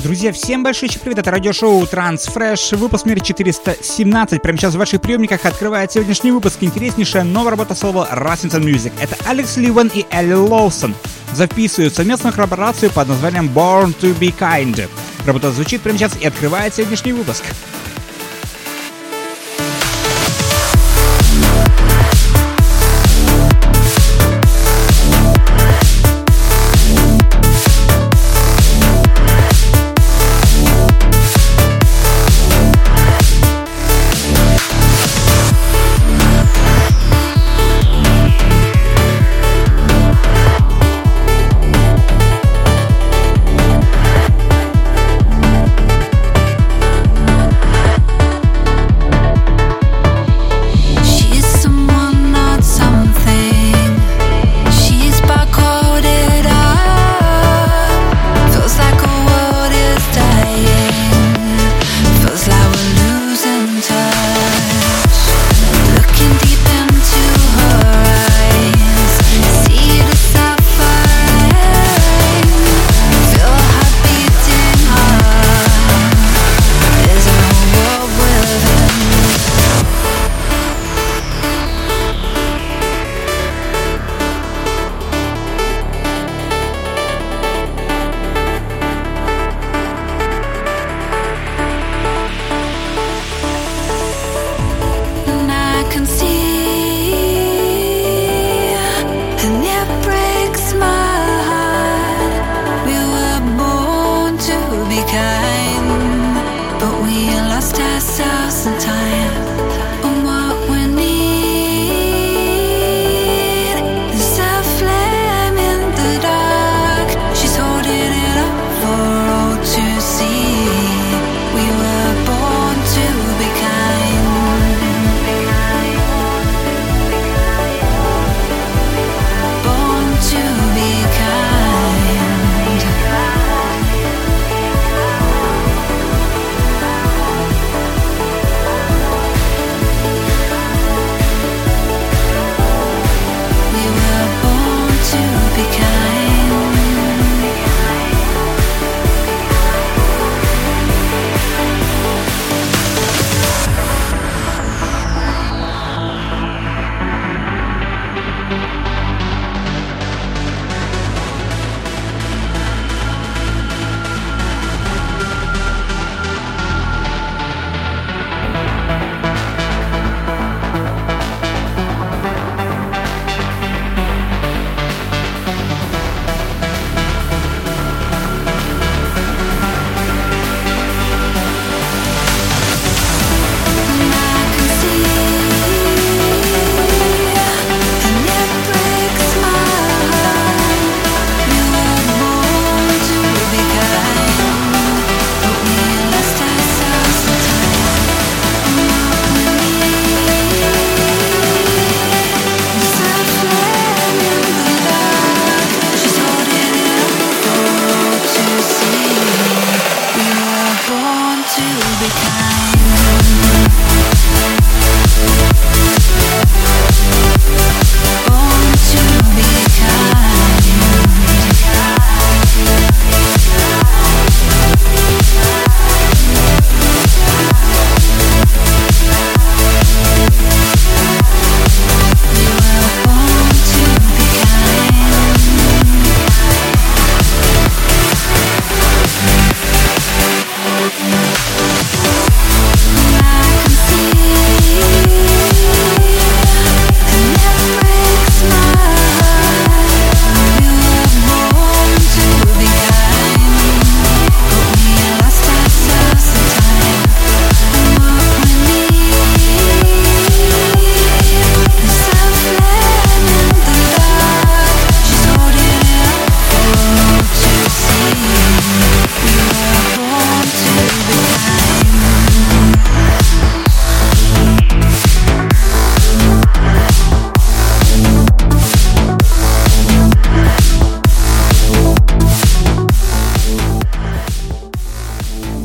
Друзья, всем большой привет, это радиошоу Transfresh, выпуск номер 417. Прямо сейчас в ваших приемниках открывает сегодняшний выпуск интереснейшая новая работа соло Russington Music. Это Алекс Ливен и Элли Лоусон записывают совместную коллаборацию под названием Born to be Kind. Работа звучит прямо сейчас и открывает сегодняшний выпуск.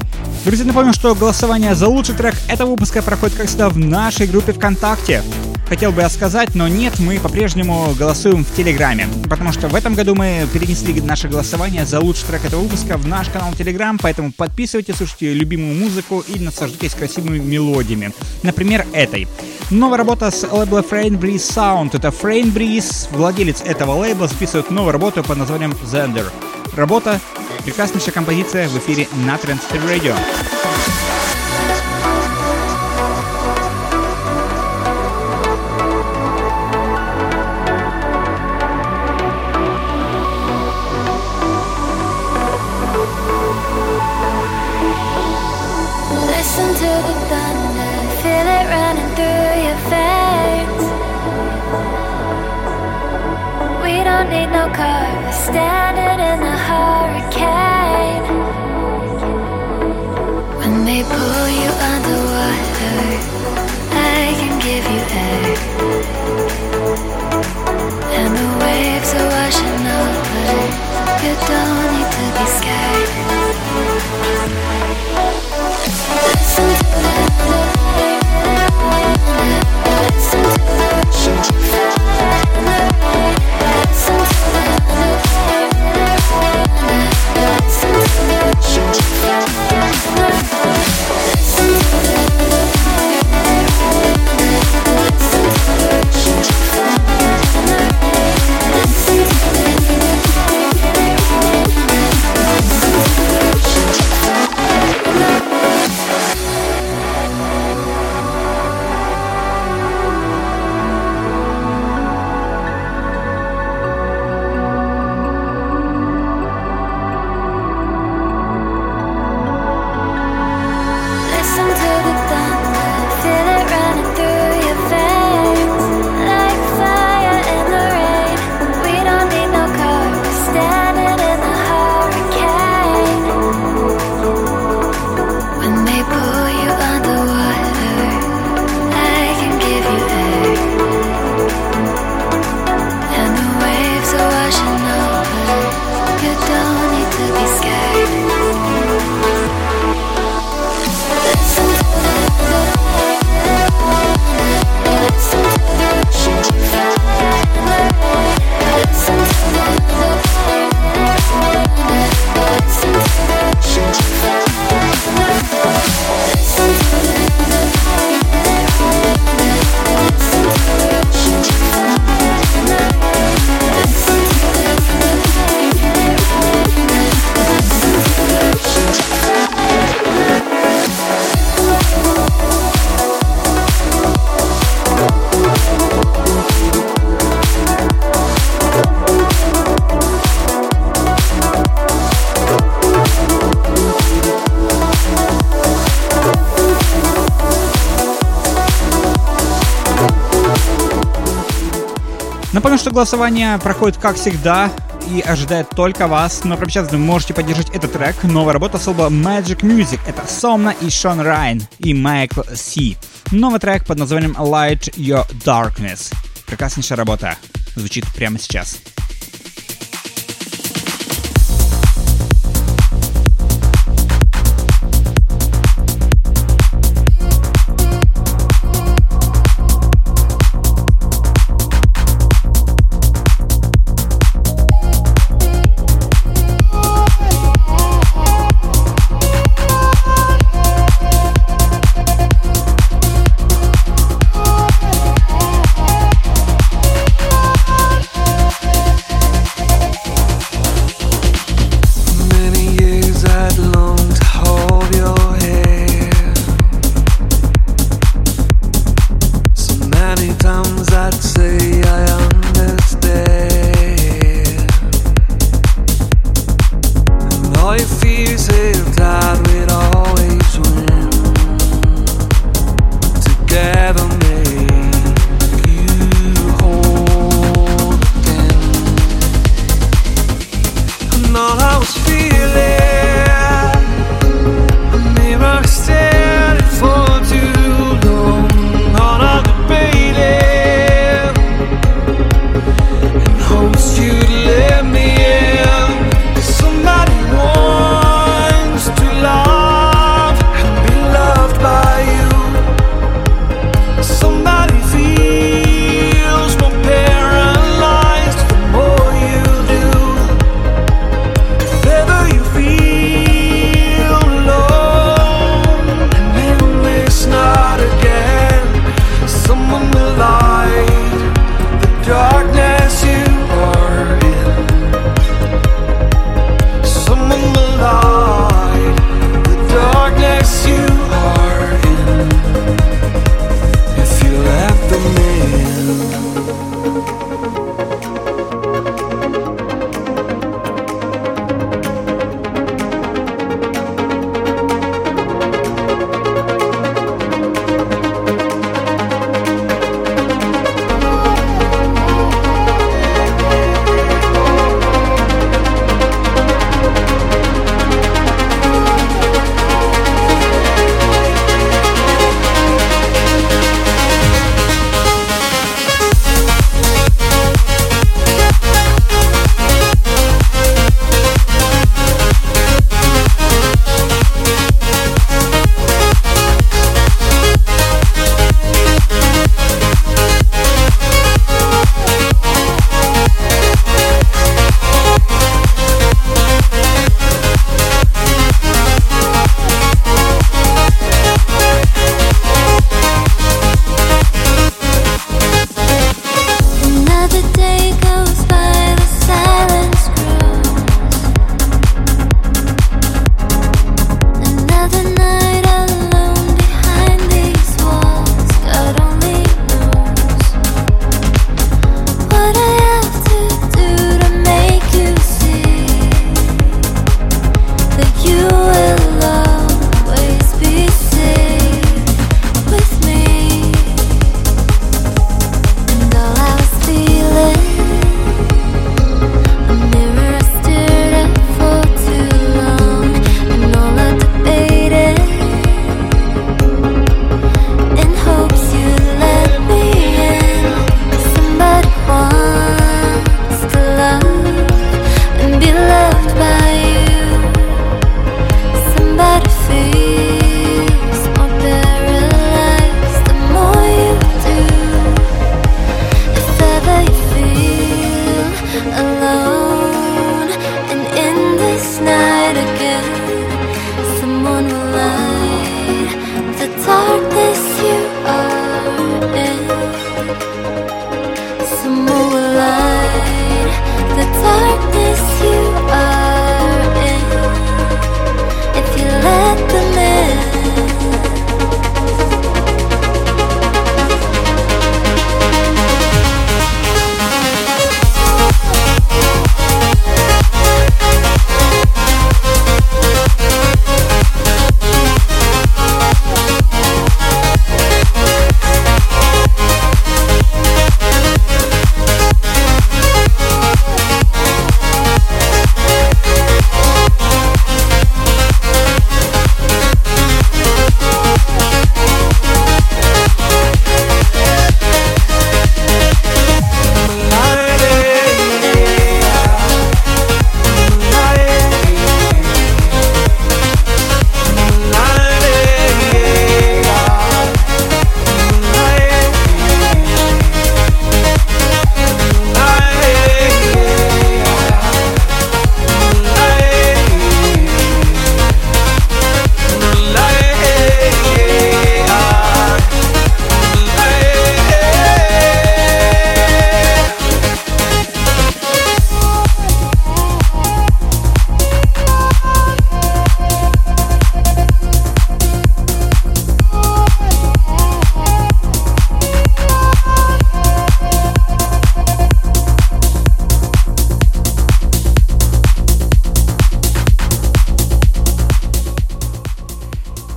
Друзья, напомню, что голосование за лучший трек этого выпуска проходит, как всегда, в нашей группе ВКонтакте. хотел бы я сказать, но нет, мы по-прежнему голосуем в Телеграме, потому что в этом году мы перенесли наше голосование за лучший трек этого выпуска в наш канал Телеграм, поэтому подписывайтесь, слушайте любимую музыку и наслаждайтесь красивыми мелодиями. Например, этой. Новая работа с лейбла Frame Breeze Sound. Это Frame Breeze, владелец этого лейбла, записывает новую работу под названием Zender. Работа, прекраснейшая композиция в эфире на Transfer Radio. Listen to the thunder, feel it running through your veins. We don't need no car, we're standing in the hurricane. When they pull you underwater, I can give you air. And the waves are washing over, you don't need to be scared. Listen to the listen to the ocean fly in the rain. Listen to the listen to the ocean fly in the rain. Listen to the listen to the ocean fly in the rain. Listen to Напомню, что голосование проходит как всегда и ожидает только вас. Но прямо сейчас вы можете поддержать этот трек. Новая работа с лейбла Magic Music. Это Somna и Шон Райн и Майкл Си. Новый трек под названием Light Your Darkness. Прекраснейшая работа. Звучит прямо сейчас. Somebody feel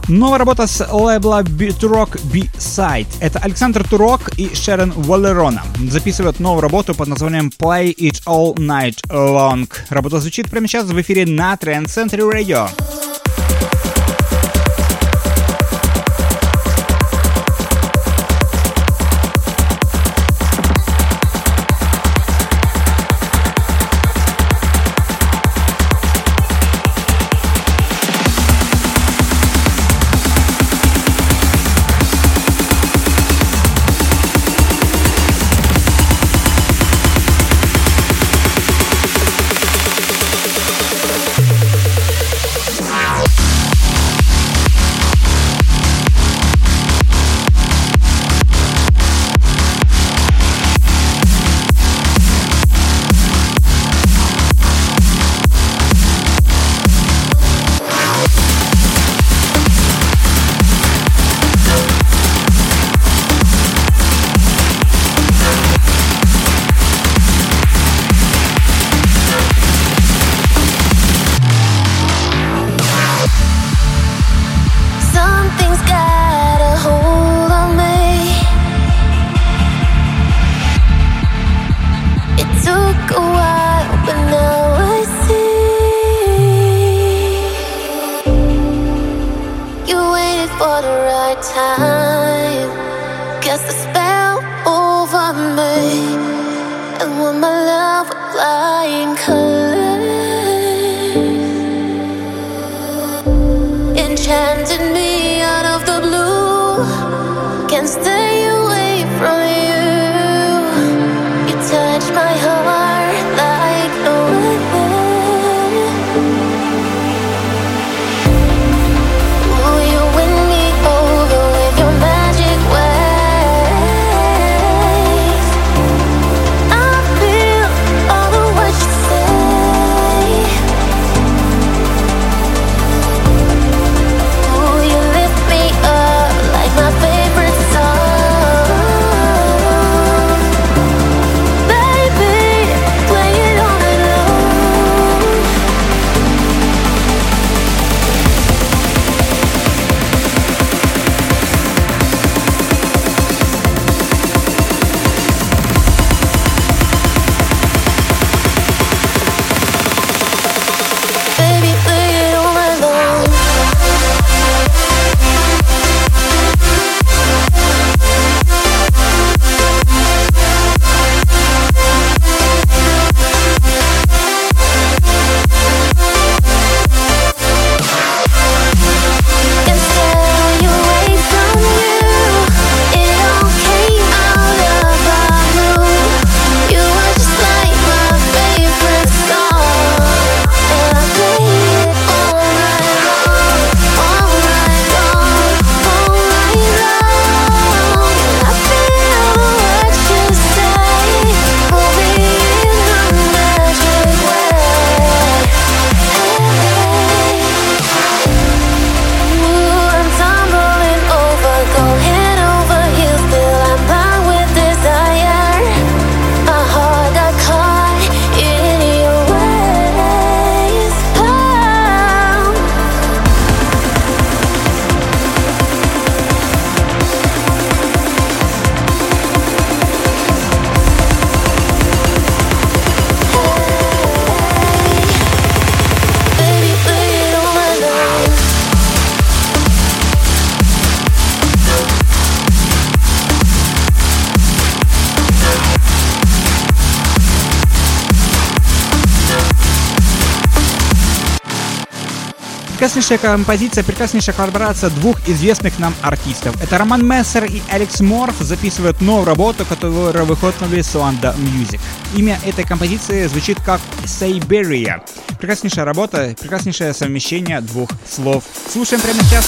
Новая работа с лейбла Turok B-Side. Это Александр Турок и Шерон Валерона. Записывают новую работу под названием Play It All Night Long. Работа звучит прямо сейчас в эфире на Trend Century Radio. Прекраснейшая композиция, прекраснейшая коллаборация двух известных нам артистов. Это Роман Мессер и Алекс Морф записывают новую работу, которая выходит на Sonda Music. Имя этой композиции звучит как Siberia. Прекраснейшая работа, прекраснейшее совмещение двух слов. Слушаем прямо сейчас.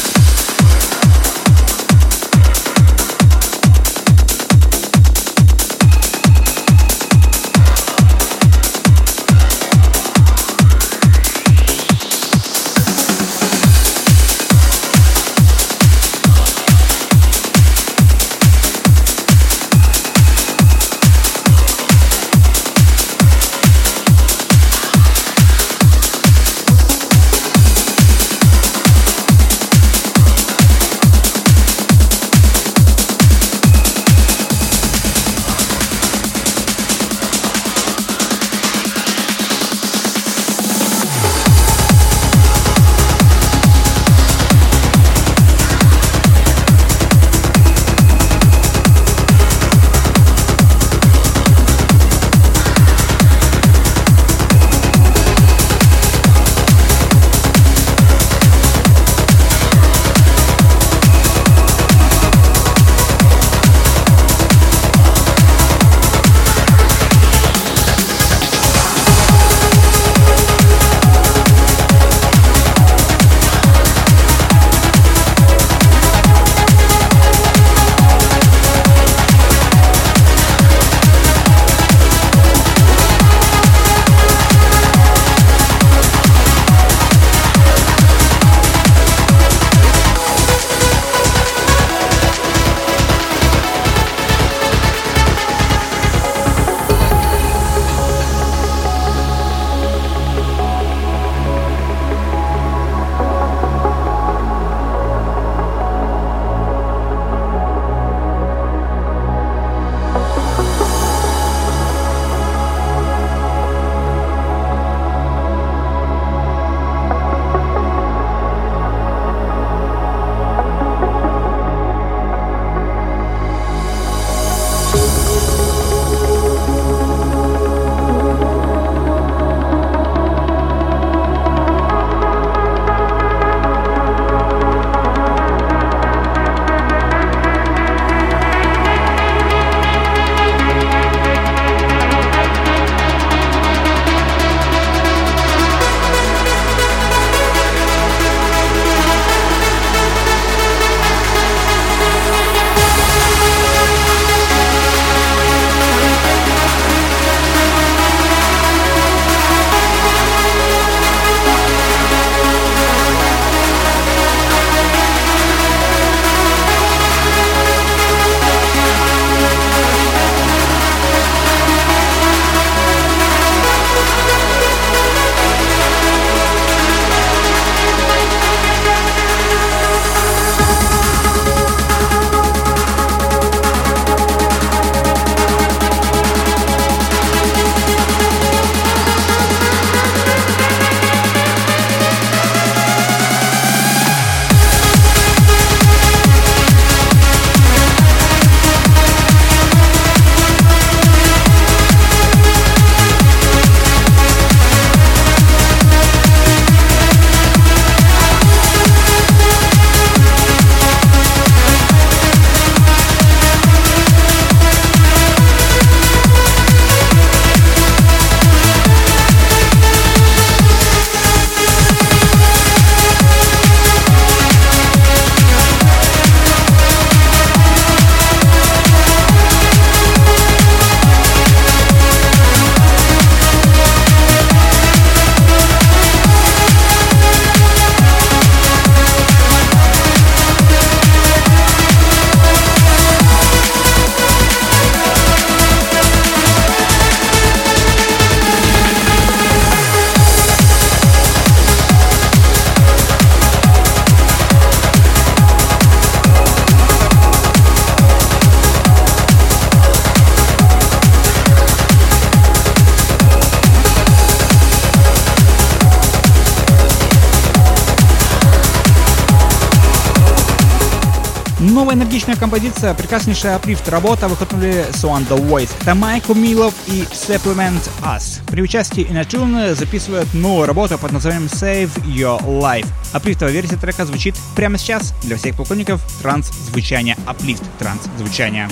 новая энергичная композиция, прекраснейшая аплифт работа выходили Swan The Voice. Это Майк Умилов и Supplement Us. При участии Inatune записывают новую работу под названием Save Your Life. Аплифтовая версия трека звучит прямо сейчас для всех поклонников транс-звучания. Аплифт транс-звучания.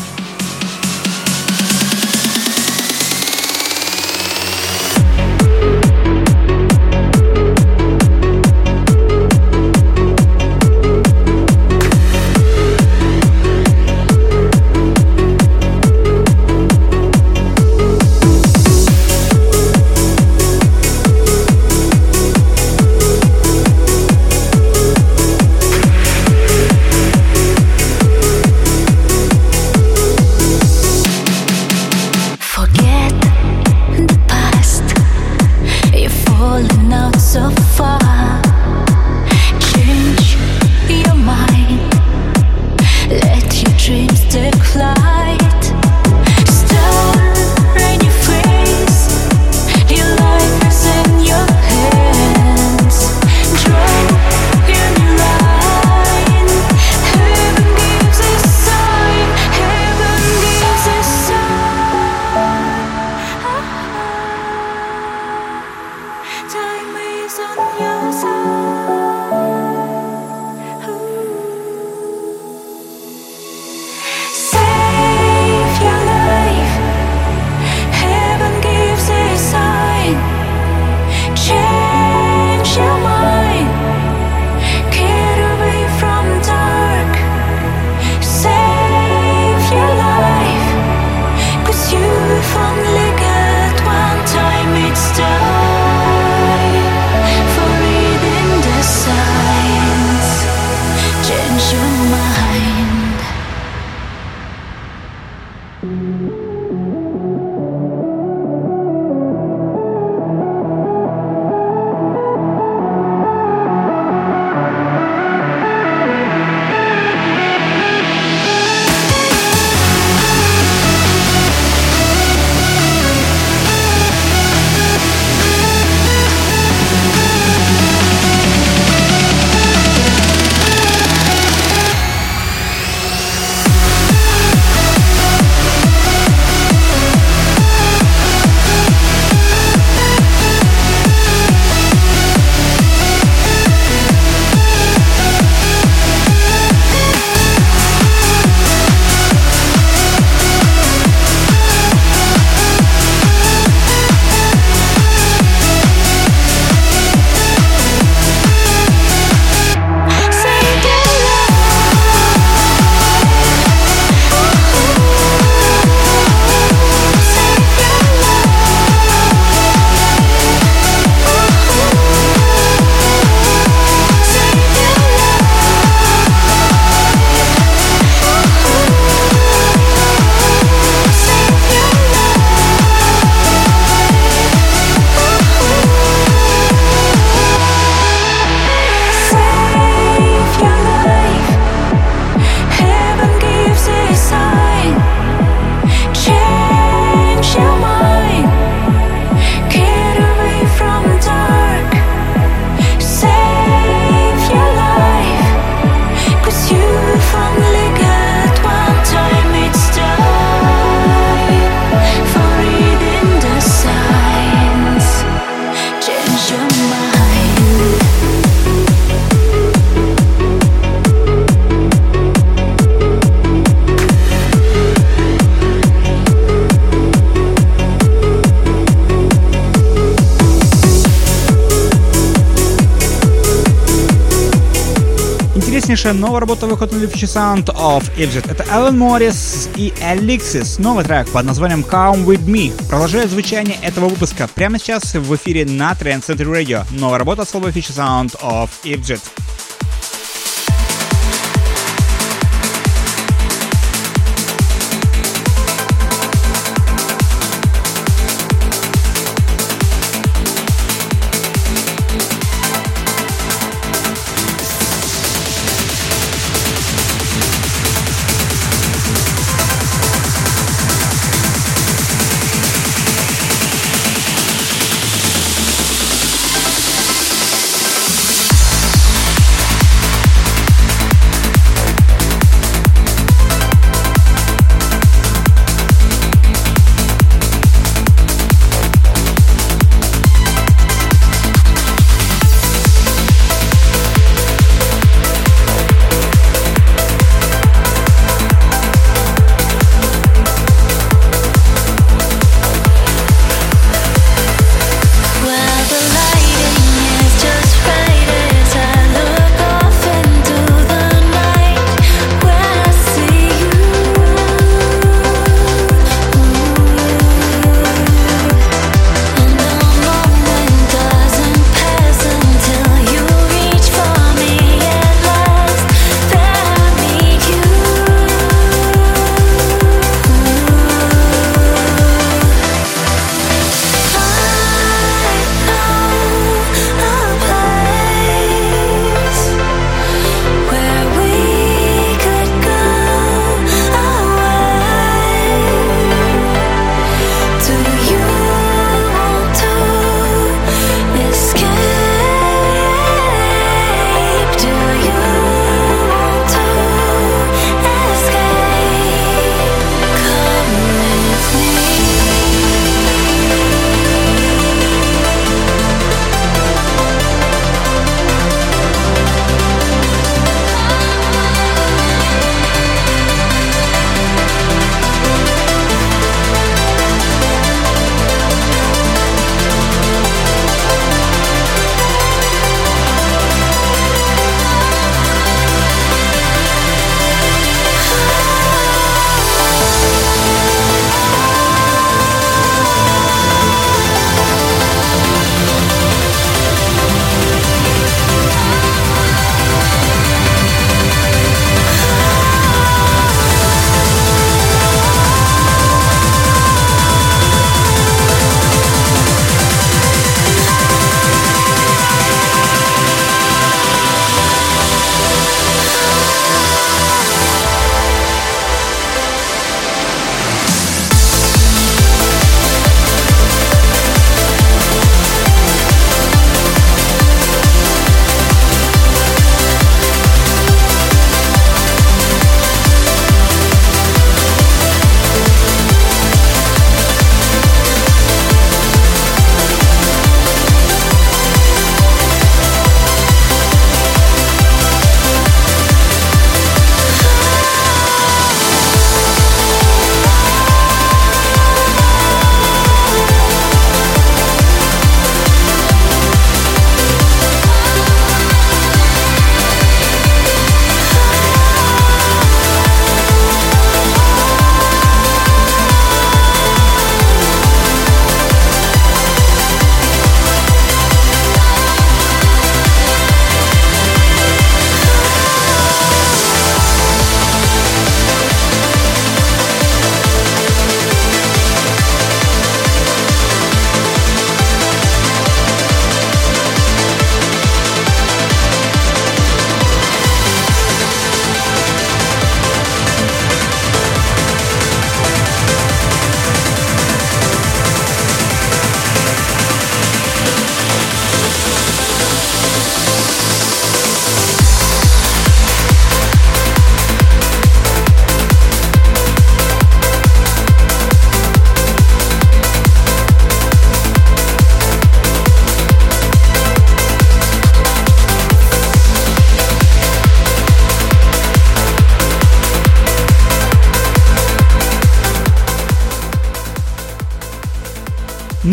Интереснейшая новая работа выходит на Future Sound of Egypt. Это Alan Morris и Alexis. Новый трек под названием Come With Me. Продолжает звучание этого выпуска прямо сейчас в эфире на Trend Center Radio. Новая работа с лейбла Future Sound of Egypt.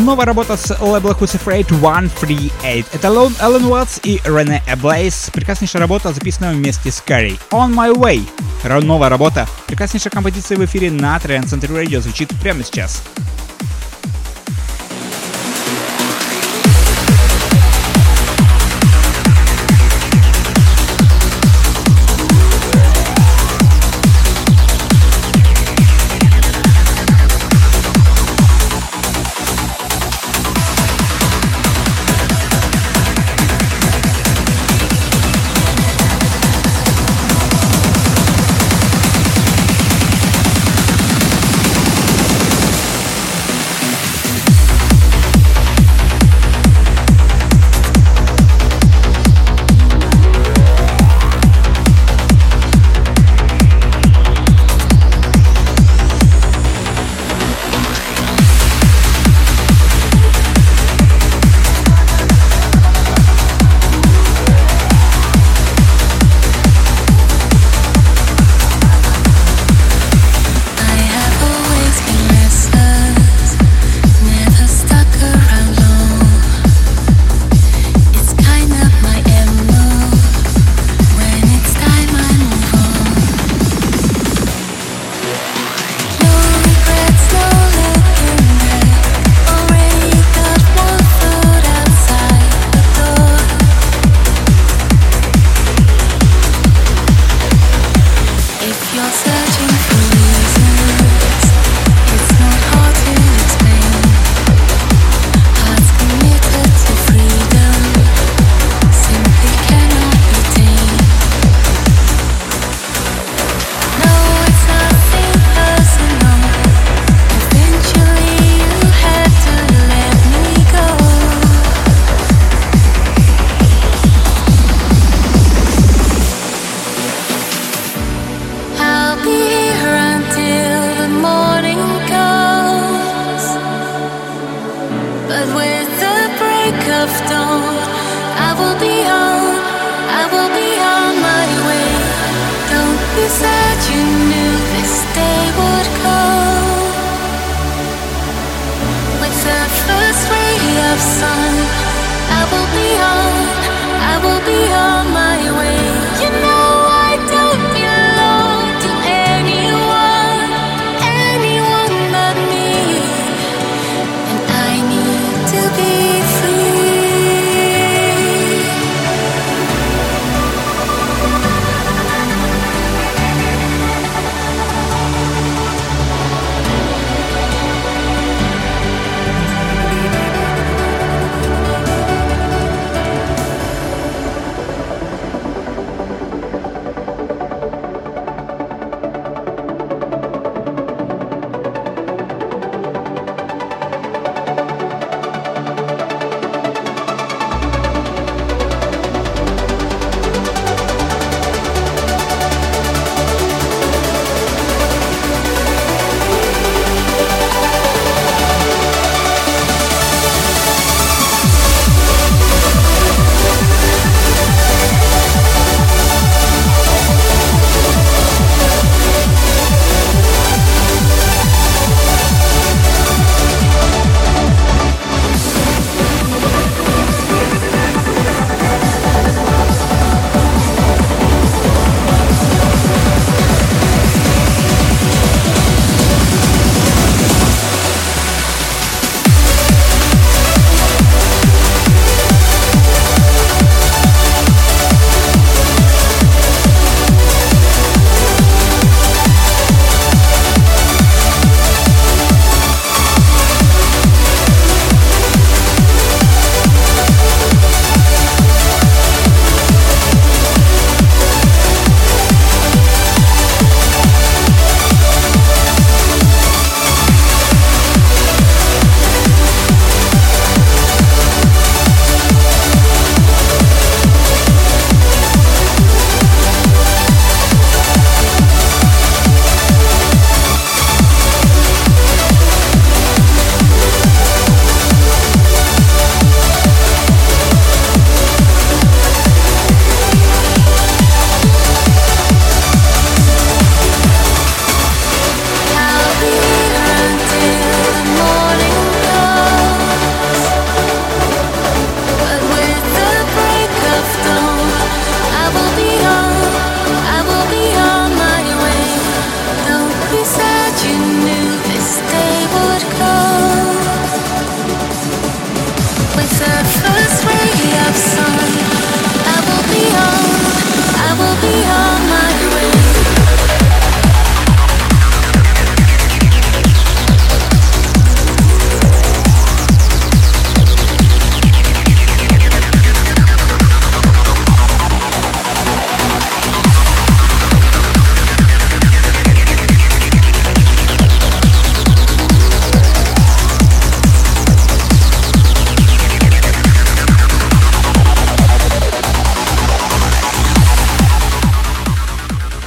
новая работа с лейбла Who's Afraid 138. Это Эллен Уотс и Рене Эблейс. Прекраснейшая работа, записанная вместе с Carrie. On My Way. Новая работа. Прекраснейшая композиция в эфире на Trend Center Radio звучит прямо сейчас.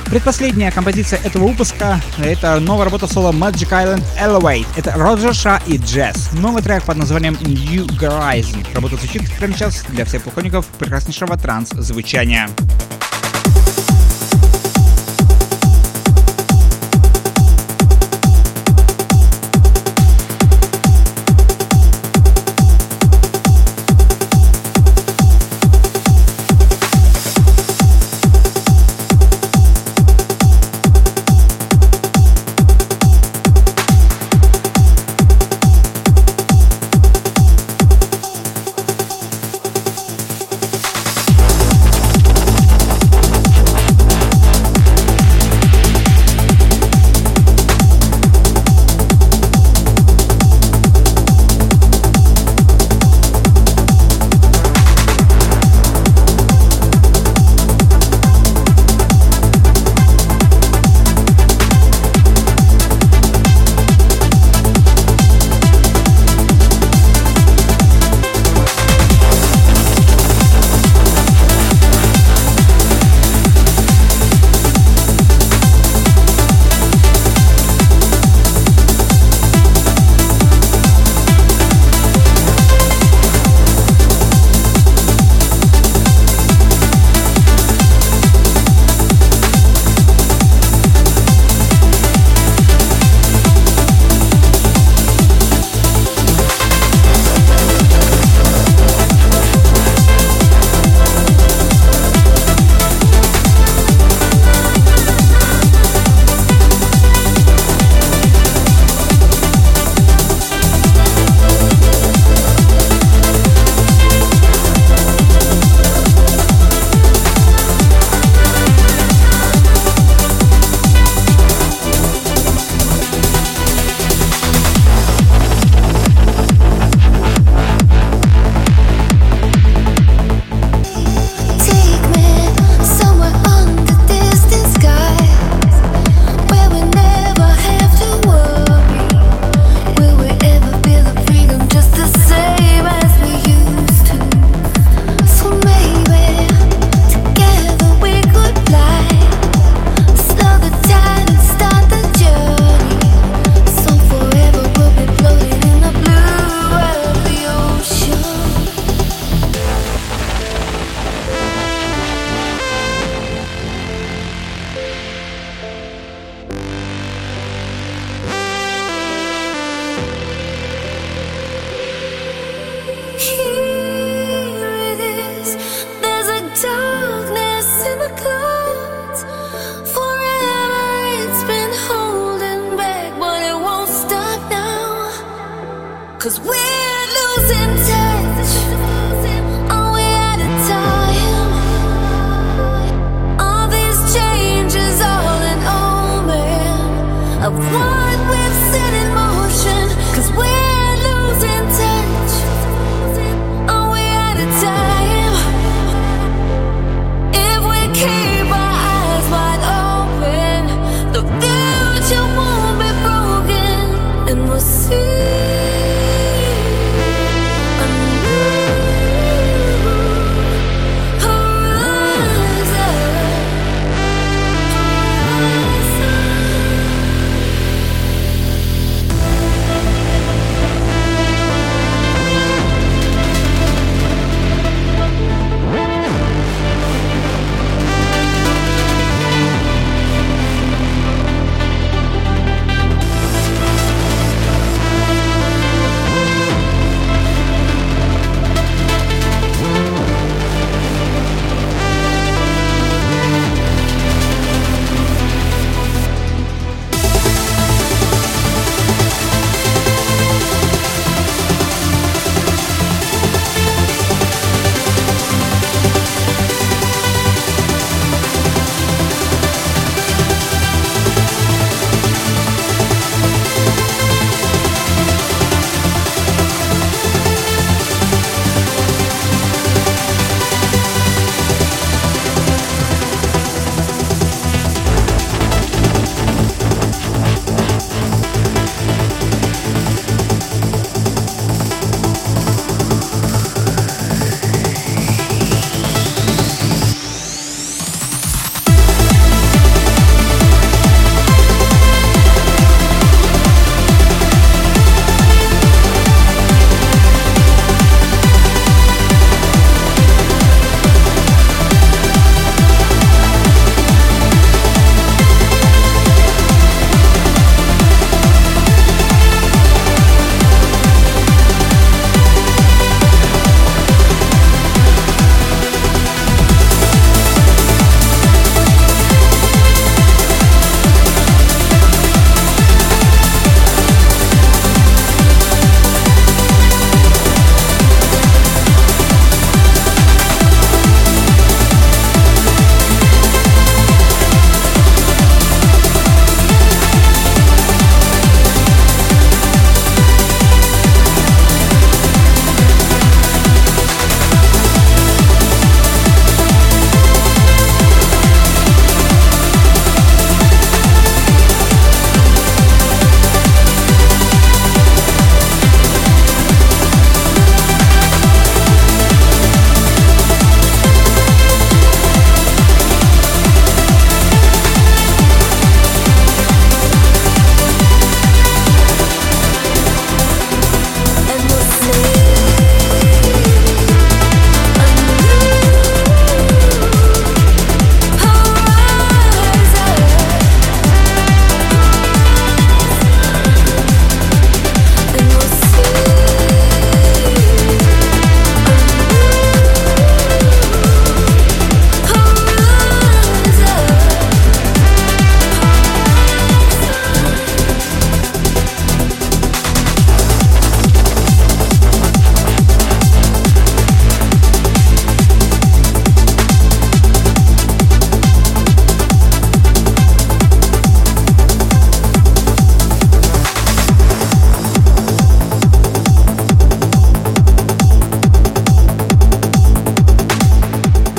Предпоследняя композиция этого выпуска — это новая работа соло Magic Island Elevate. Это Роджер Ша и Джесс. Новый трек под названием New Horizon. Работа звучит прямо сейчас для всех поклонников прекраснейшего транс-звучания. And we'll see.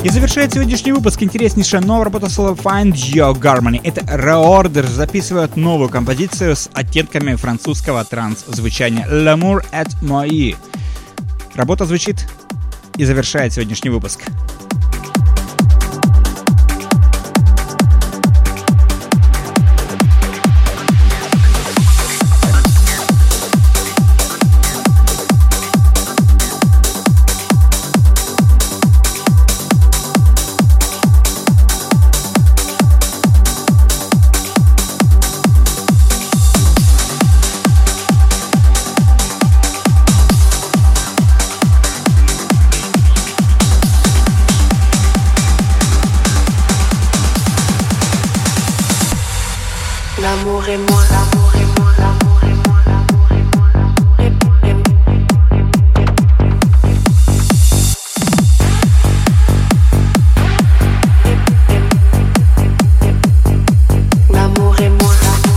И завершает сегодняшний выпуск интереснейшая новая работа соло Find Your Harmony. Это Reorder записывают новую композицию с оттенками французского транс-звучания L'amour est moi. Работа звучит и завершает сегодняшний выпуск. L'amour et moi, l'amour et moi, l'amour et moi, l'amour et moi, l'amour et moi.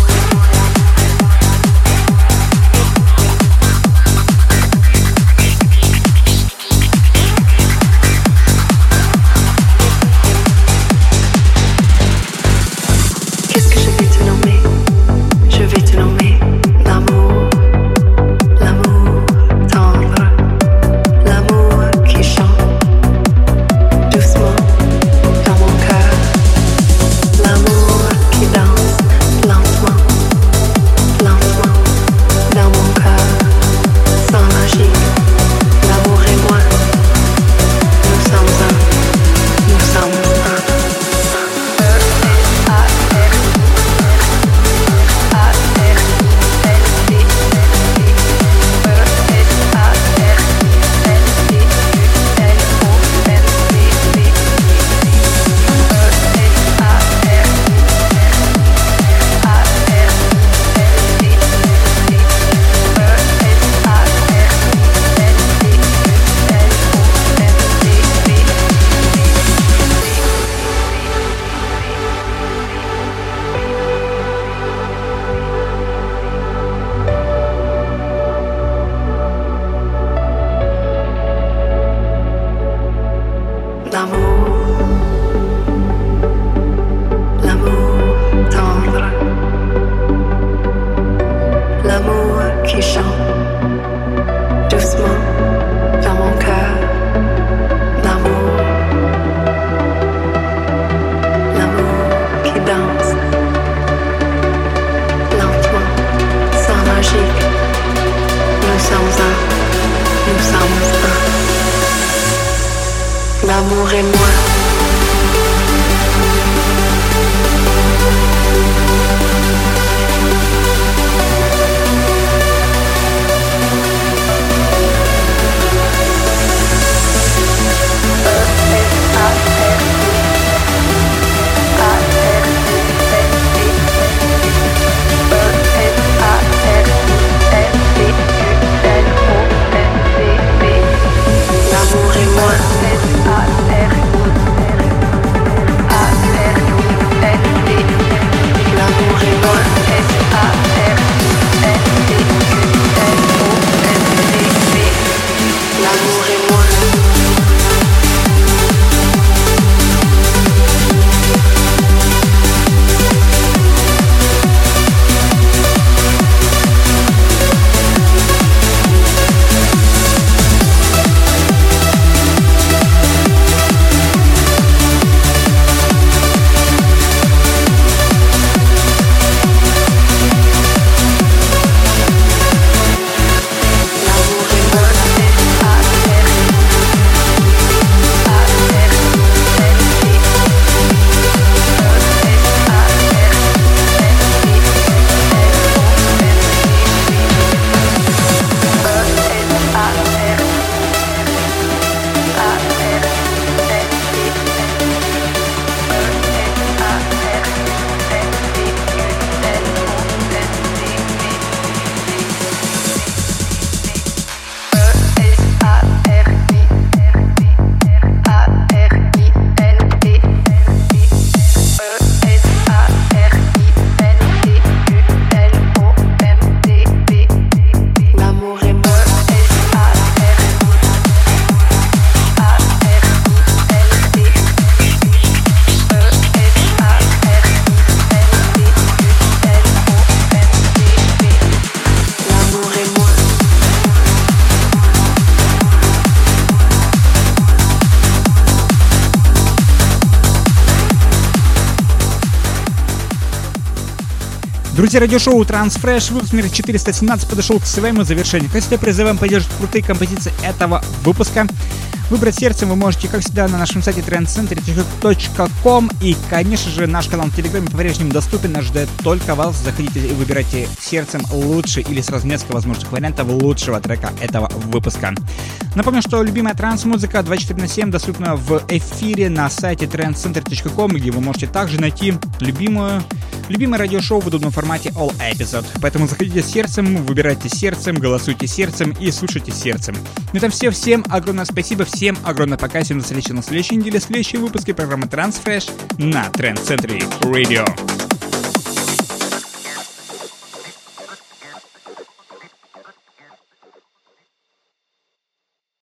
Qu'est-ce que je vais te nommer? Je vais te nommer l'amour, l'amour tendre, l'amour qui chante doucement dans mon cœur, l'amour qui danse lentement, lentement dans mon cœur, sans magie. L'amour et moi, nous sommes un, nous sommes un. L'amour tendre, l'amour qui chante doucement dans mon cœur, l'amour qui danse lentement, sans magie. Nous sommes un, nous sommes un. L'amour et moi. L'amour et moi. Друзья, радиошоу Transfresh, выпуск номер 417 подошел к своему завершению. Как всегда, призываем поддерживать крутые композиции этого выпуска. Выбрать сердцем вы можете, как всегда, на нашем сайте trendcenter.com. И, конечно же, наш канал в Телеграме по-прежнему доступен, ждет только вас. Заходите и выбирайте сердцем лучший или сразу несколько возможных вариантов лучшего трека этого выпуска. Напомню, что любимая транс-музыка 24/7 доступна в эфире на сайте trendcenter.com, где вы можете также найти любимое радиошоу в удобном формате All Episode. Поэтому заходите сердцем, выбирайте сердцем, голосуйте сердцем и слушайте сердцем. На этом все. Всем огромное спасибо, всем огромное пока. Всем до встречи на следующей неделе, в следующем выпуске программы Transfresh на Trend Center Radio.